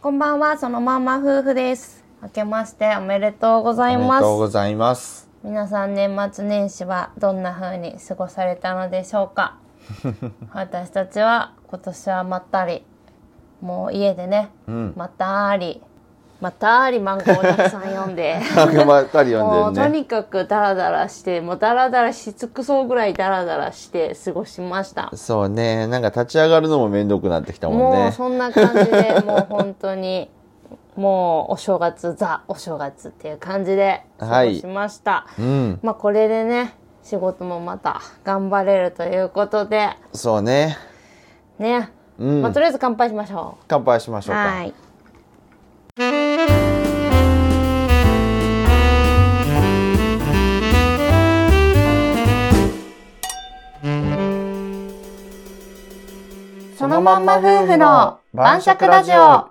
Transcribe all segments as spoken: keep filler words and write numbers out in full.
こんばんは、そのまんま夫婦です。明けましておめでとうございます。 おめでとうございます。 皆さん年末年始はどんな風に過ごされたのでしょうか。私たちは今年はまったり、もう家でね、うん、まったりまったり漫画をたくさん読んでまったり読んでるね。 もうとにかくダラダラして、もうダラダラし尽くそうぐらいダラダラして過ごしました。 そうね、なんか立ち上がるのもめんどくなってきたもんね。 もうそんな感じでもう本当にもうお正月ザお正月っていう感じで過ごしました、はい、うん、まあこれでね仕事もまた頑張れるということで、 そうねね、うん、まあとりあえず乾杯しましょう。 乾杯しましょうか。はい。 そのまんま夫婦の晩酌ラジオ。はい、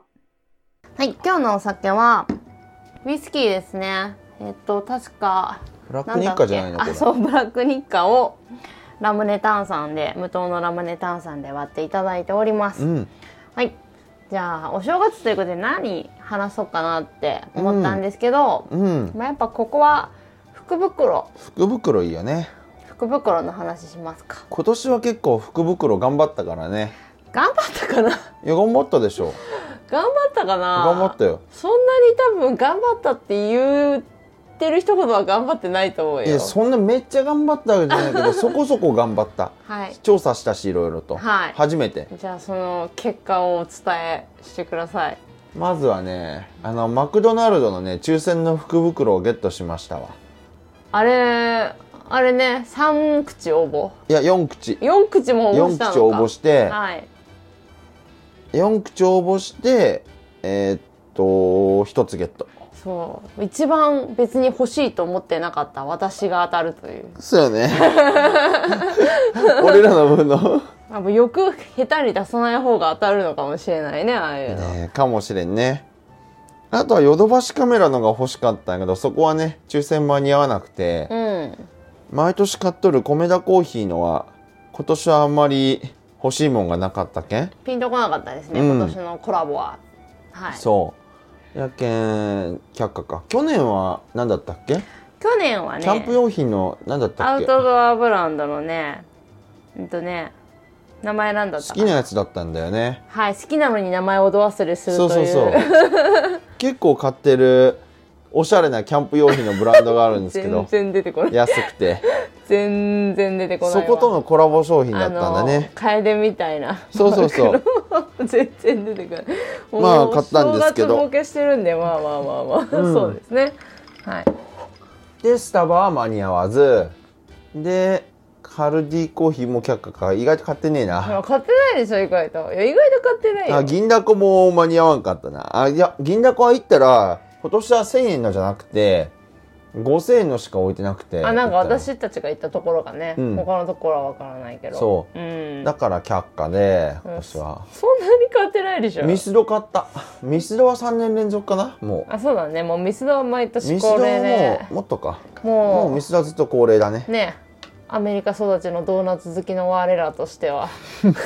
今日のお酒はウイスキーですね。えっと確かブラックニッカじゃないのこれ。 あ、そう、ブラックニッカをラムネ炭酸で、無糖のラムネ炭酸で割っていただいております、うん、はい。じゃあお正月ということで何話そうかなって思ったんですけど、うんうん、まあ、やっぱここは福袋。 福袋いいよね。 福袋の話しますか。 今年は結構福袋頑張ったからね。 頑張ったかな。いや頑張ったでしょ。 頑張ったかな。 頑張ったよ。 そんなに多分頑張ったって言ってる一言は頑張ってないと思うよ。 いやそんなめっちゃ頑張ったわけじゃないけどそこそこ頑張った、はい、調査したしいろいろと、はい、初めて。 じゃあその結果をお伝えしてください。 まずはね、あのマクドナルドのね抽選の福袋をゲットしましたわ。 あれあれね、さん口応募。 いやよん口。 よん口も応募したのか。 よん口応募して、 はい、 よん口応募してえー、っとひとつゲット。 そう一番別に欲しいと思ってなかった私が当たるという。 そうよね俺らの分のあ、もうよく下手に出さない方が当たるのかもしれないね、ああいうの、 ね、かもしれんね。あとはヨドバシカメラのが欲しかったんやけど、そこはね抽選間に合わなくて、うん、毎年買っとる米田コーヒーのは今年はあんまり欲しいもんがなかったけんピンとこなかったですね、うん、今年のコラボは。はい、 そうやけん却下か。去年は何だったっけ。 去年はねキャンプ用品の何だったっけ。 アウトドアブランドのねうんとね名前なんだったかな。 好きなやつだったんだよね。 はい、好きなのに名前をど忘れするという。 そうそうそう結構買ってるおしゃれなキャンプ用品のブランドがあるんですけど全然出てこない。 安くて全然出てこないわ。 そことのコラボ商品だったんだね。 楓みたいな。 そうそうそう全然出てこない。 まあ買ったんですけど正月儲けしてるんでまあまあまあまあ、うん、そうですね。はい。 でスタバは間に合わずでカルディコーヒーも却下か。意外と買ってねえな。 買ってないでしょ意外と。いや意外と買ってないよ。 あ、銀だこも間に合わんかったな。あ、いや銀だこは行ったら今年はせんえんのじゃなくてごせんえんのしか置いてなくて。 あ、なんか私たちが行ったところがね、うん、他のところは分からないけど。 そう、うん、だから却下で今年は、 うん、そんなに買ってないでしょ。 ミスド買った。ミスドはさんねん連続かな。もうあ、そうだね。もうミスドは毎年恒例で。 ミスドはもうもっとか。もうもうミスドはずっと恒例だね。 ね、アメリカ育ちのドーナツ好きの我らとしては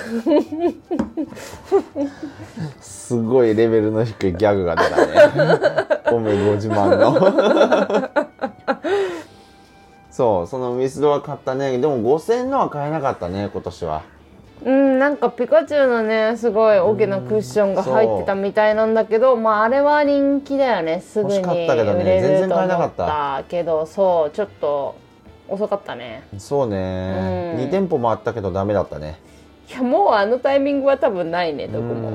すごいレベルの低いギャグが出たねおめご自慢のそう、そのミスドは買ったね。でもごせんえんのは買えなかったね今年は。 うん、なんかピカチュウのねすごい大きなクッションが入ってたみたいなんだけど、まああれは人気だよね。すぐに売れると思ったけど、そうちょっと遅かったね。 そうね、うん、に店舗もあったけどダメだったね。 いやもうあのタイミングは多分ないねどこも。うん、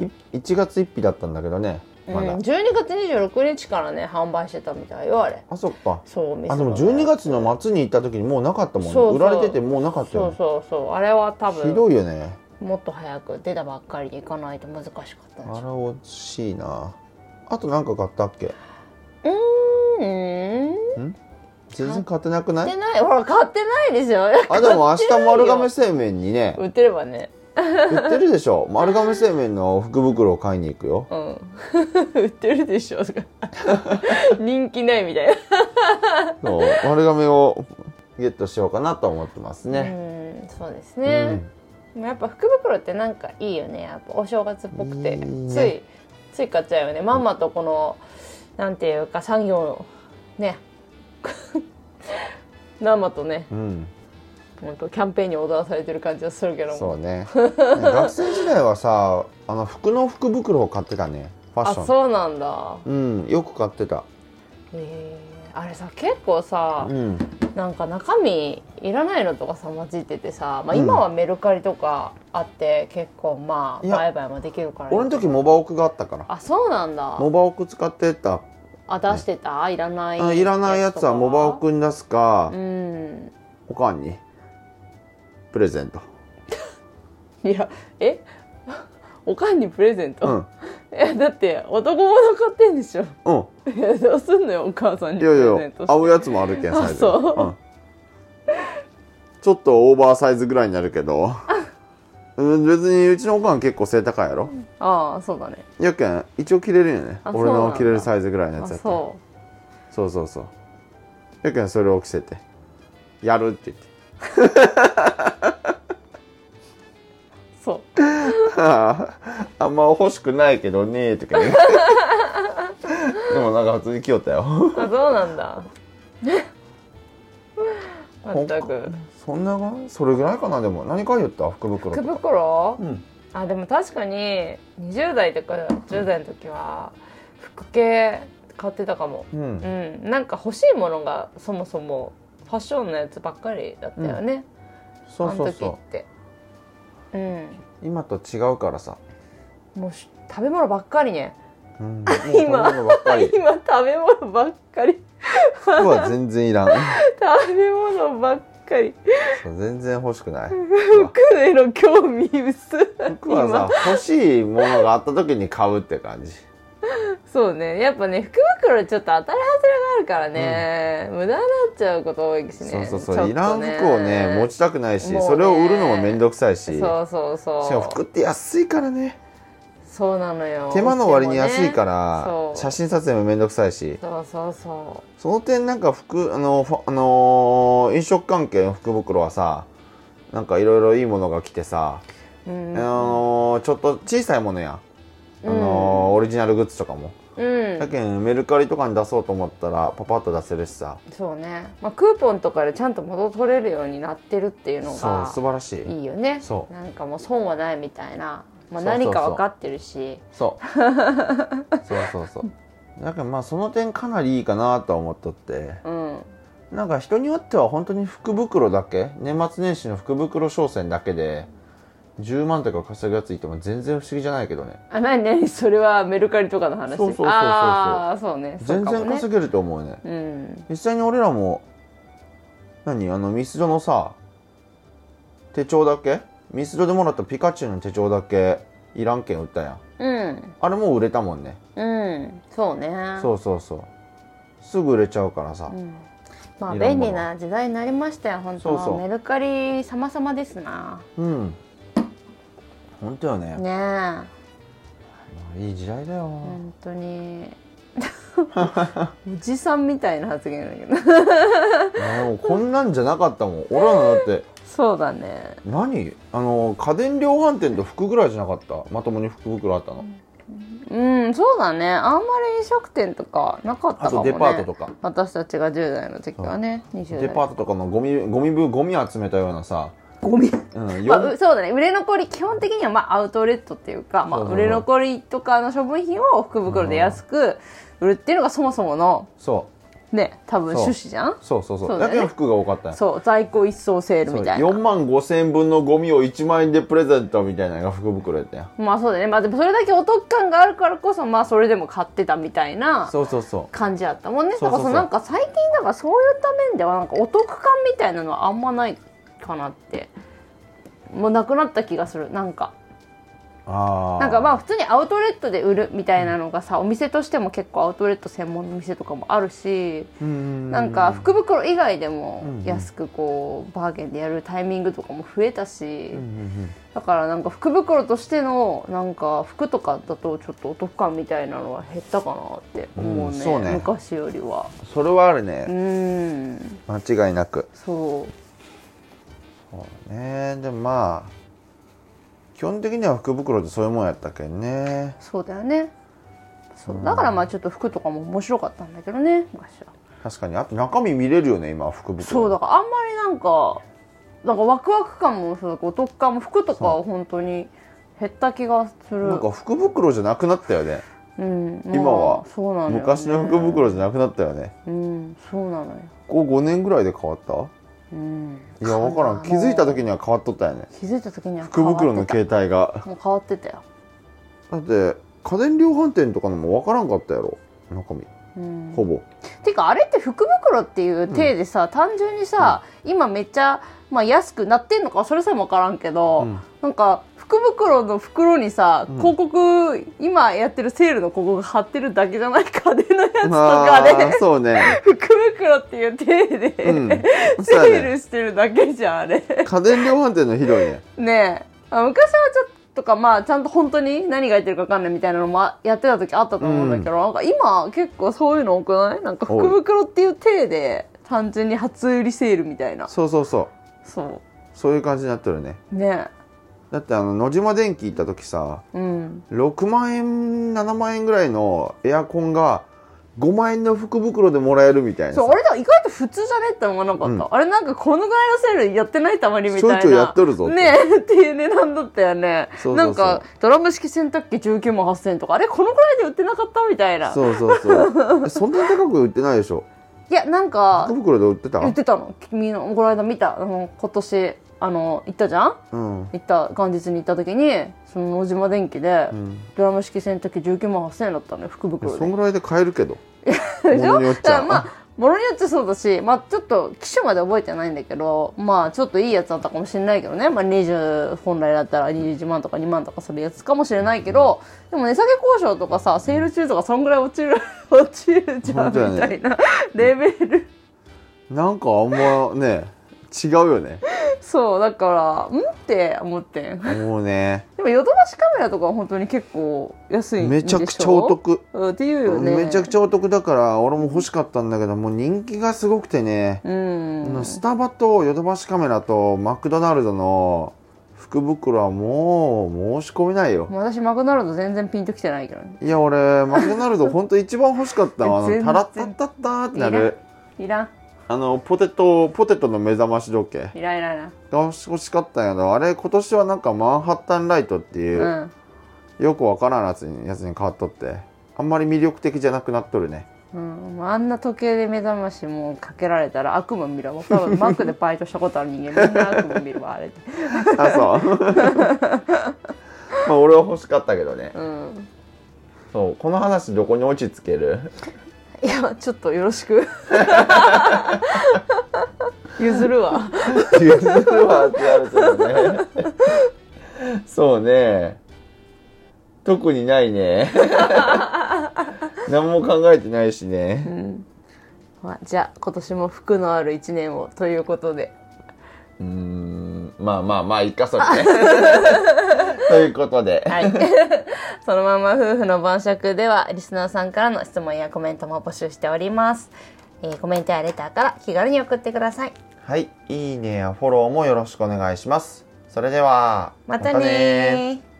いちがつついたちだったんだけどね、まだ、 うん、じゅうにがつにじゅうろくにちからね販売してたみたいよあれ。 あ、そっか。 そう、 あ、でもじゅうにがつの末に行った時にもうなかったもんね。そうそう売られててもうなかったよね。 そうそうそう、あれは多分ひどいよね。 もっと早く出たばっかりで行かないと難しかったんでしょ。 あれ惜しいな。あと何か買ったっけ。 うーんん全然買ってなくない？ 買ってない。ほら買ってないでしょ。 あ、でも明日丸亀製麺にね売ってればね売ってるでしょ。丸亀製麺の福袋を買いに行くよ。 うん、売ってるでしょ人気ないみたいなそう丸亀をゲットしようかなと思ってますね。うん、そうですね、うん、やっぱ福袋ってなんかいいよね。やっぱお正月っぽくて、ね、ついつい買っちゃうよね。まんまとこのなんていうか産業ねまんまとね、うん、本当キャンペーンに踊らされてる感じがするけども。 そうね学生時代はさあの服の福袋を買ってたね。ファッション。 あ、そうなんだ。 うん、よく買ってた。 えー、あれさ結構さ、うん、なんか中身いらないのとかさ混じっててさ、まあ、今はメルカリとかあって、うん、結構まあ売買もできるから。 俺の時モバオクがあったから。 あ、そうなんだ。 モバオク使ってた。 あ、出してた、ね、いらないやつとか。 いらないやつはモバオクに出すか、うん、おかんにプレゼントいや、えおかんにプレゼント、うん、えだって男物買ってんでしょ。うん。いやどうすんのよお母さんにプレゼントして。いやいや合うやつもあるけんサイズ。 そう、うん、 ちょっとオーバーサイズぐらいになるけど別にうちのおかん結構背高いやろ。 ああそうだね。 やけん一応着れるよね。俺の着れるサイズぐらいのやつやった。そうそうそうそうやけんそれを着せてやるって言ってそうあんま欲しくないけどねーとかねでもなんか普通に着よったよあ、そうなんだ全くそんなそれぐらいかな。でも何買いよった福袋とか。 福袋、うん、あでも確かににじゅう代とかじゅう代の時は服系買ってたかも、うん、うん、なんか欲しいものがそもそもファッションのやつばっかりだったよね、 うん、そうそうそう。あの時って、うん、今と違うからさもう食べ物ばっかりね、 うん、今今食べ物ばっかり服は全然いらん食べ物ばっかりそう全然欲しくない服への興味薄い。 服はさ欲しいものがあった時に買うって感じ。 そうね、やっぱね福袋ちょっと当たり外れがあるからね、うん、無駄になっちゃうこと多いしね。 そうそうそう、ね、いらん服をね持ちたくないし、それを売るのもめんどくさいし。 そうそうそう。 しかも服って安いからね。 そうなのよ。 手間の割に安いから、ね、写真撮影もめんどくさいし。 そうそうそう。 その点なんか服あのあのー、飲食関係の福袋はさなんかいろいろいいものが来てさ、うん、あのー、ちょっと小さいものや、あのーうん、オリジナルグッズとかも。うん、だけどメルカリとかに出そうと思ったらパパッと出せるしさ。 そうね、まあ、クーポンとかでちゃんと戻取れるようになってるっていうのがそう素晴らしいいいよね。 そうなんかもう損はないみたいな、まあ、何か分かってるしそうそうそうそうだからまあその点かなりいいかなとは思っとって、うん、なんか人によっては本当に福袋だけ年末年始の福袋商戦だけでじゅうまんとか稼ぐやついても全然不思議じゃないけどね。 あ、なになにそれはメルカリとかの話。 そうそうそうそう。 ああそうね。 全然稼げると思うね。うん、実際に俺らも何あのミスドのさ手帳だけミスドでもらったピカチュウの手帳だけいらんけん売ったやん。うん。あれもう売れたもんね。 うん。そうね。 そうそうそう。すぐ売れちゃうからさ。うん、 まあ便利な時代になりましたよ本当。そうそうメルカリ様々ですな。うん。 本当よね。 ねえ。いい時代だよ。 本当に。おじさんみたいな発言だけど。 でもこんなんじゃなかったもん。俺らのだって。 そうだね。 何あの家電量販店と服ぐらいじゃなかった？まともに福袋あったの。 うん、うん、そうだね。あんまり飲食店とかなかったかもね。 あとデパートとか。 私たちがじゅう代の時はね。 にじゅう代。デパートとかのゴミゴミ部ゴミ集めたようなさ。 ゴミ、うんまあ、そうだね。売れ残り基本的にはまあアウトレットっていうか、まあ、売れ残りとかの処分品を福袋で安く売るっていうのがそもそものそうね多分趣旨じゃん。 そうそうそうそうだけど服が多かったよ。 そう在庫一掃セールみたいな。 よんまんごせんえんぶんのゴミをいちまんえんでプレゼントみたいなのが福袋やったよ。 まあそうだね。まあでもそれだけお得感があるからこそまあそれでも買ってたみたいなそうそうそう感じやったもんね。だからなんか最近だからそういった面ではなんかお得感みたいなのはあんまないかなって。もうなくなった気がする。なんかあなんかまあ普通にアウトレットで売るみたいなのがさ、お店としても結構アウトレット専門の店とかもあるし、んなんか福袋以外でも安くこうバーゲンでやるタイミングとかも増えたし、だからなんか福袋としてのなんか服とかだとちょっとお得感みたいなのは減ったかなって思う ね,、うん、そうね昔よりは。 それはあるね。うん間違いなくそうそうね。でもまあ基本的には福袋ってそういうもんやったけんね。 そうだよね。 そうだからまあちょっと服とかも面白かったんだけどね昔は。 確かに。あと中身見れるよね今福袋。 そうだからあんまりなんかなんかワクワク感もそうお得感も服とかは本当に減った気がする。 なんか福袋じゃなくなったよね。 うん、 今はそうなのよね、 昔の福袋じゃなくなったよね。 うん、そうなのよ。 ここごねんぐらいで変わった？ うん、 いや分からん。気づいた時には変わっとったよね。 気づいた時には福袋の形態がもう変わってたよ。 だって家電量販店とかのも分からんかったやろ中身、うん、ほぼ。 てかあれって福袋っていう体でさ、うん、単純にさ、うん、今めっちゃ、まあ、安くなってんのかそれさえも分からんけど、うん、なんか福袋の袋にさ、うん、広告今やってるセールの広告貼ってるだけじゃない？家電のやつとかでそうね福袋っていう体で、うん、セールしてるだけじゃんあれ。 家電量販店の広いね。 ねえあ昔はちょっととかまあちゃんと本当に何が入ってるか分かんないみたいなのもやってた時あったと思うんだけど、うん、なんか今結構そういうの多くない？なんか福袋っていう体で単純に初売りセールみたいな。 そうそうそうそうそういう感じになってるね。 ねだってあの野島電機行った時さ、うん、ろくまんえんななまんえんぐらいのエアコンがごまんえんの福袋でもらえるみたいな。 そうあれだ意外と普通じゃねって思わなかった、うん、あれなんかこのぐらいのセールやってないたまにみたいなちょいちょいやっとるぞってねえっていう値段だったよね。そうそうそうなんかドラム式洗濯機じゅうきゅうまんはっせんえんとかあれこのぐらいで売ってなかったみたいな。 そうそうそうそんなに高く売ってないでしょ。 いやなんか福袋で売ってた？ 売ってたの君のこの間見たあの今年あの行ったじゃん、うん、行った元日に行った時にその野島電機で、うん、ドラム式洗濯機じゅうきゅうまんはっせんえんだったのよ福袋で。 そんぐらいで買えるけどでしょ？だからまあ物によってそうだし、まあ、ちょっと機種まで覚えてないんだけどまあちょっといいやつだったかもしれないけどね、まあ、にじゅう本来だったらにじゅういちまんとかにまんとかするやつかもしれないけど、うん、でも値下げ交渉とかさセール中とかそんぐらい落ちる落ちるじゃんみたいな、ね、レベルなんかあんまね違うよね。 そうだからんって思ってんもうねでもヨドバシカメラとかは本当に結構安いんでしょ。 めちゃくちゃお得、 うん、っていうよね。 めちゃくちゃお得だから俺も欲しかったんだけどもう人気がすごくてね、うん、スタバとヨドバシカメラとマクドナルドの福袋はもう申し込めないよ。 私マクドナルド全然ピンときてないけどね。 いや俺マクドナルド本当一番欲しかったのあのタラッタッタッターってなるいらんあのポテトポテトの目覚まし時計いらんいらんいらんが欲しかったんやけどあれ今年はなんかマンハッタンライトっていう、うん、よくわからんやつにやつに変わっとってあんまり魅力的じゃなくなっとるね。 うん、あんな時計で目覚ましもかけられたら悪夢見るわ。多分マックでバイトしたことある人間みんな悪夢見るわあれあそうまあ俺は欲しかったけどね、うん、そうこの話どこに落ち着ける？ いやちょっとよろしく譲るわ譲るわってやるけどねそうね特にないね何も考えてないしね、うんまあ、じゃあ今年も福のあるいちねんをということでうーんまあまあまあいいかそれねということで、 はい、そのまま夫婦の晩酌ではリスナーさんからの質問やコメントも募集しております、えー、コメントやレターから気軽に送ってください。 はい、いいねやフォローもよろしくお願いします。それではまたねー。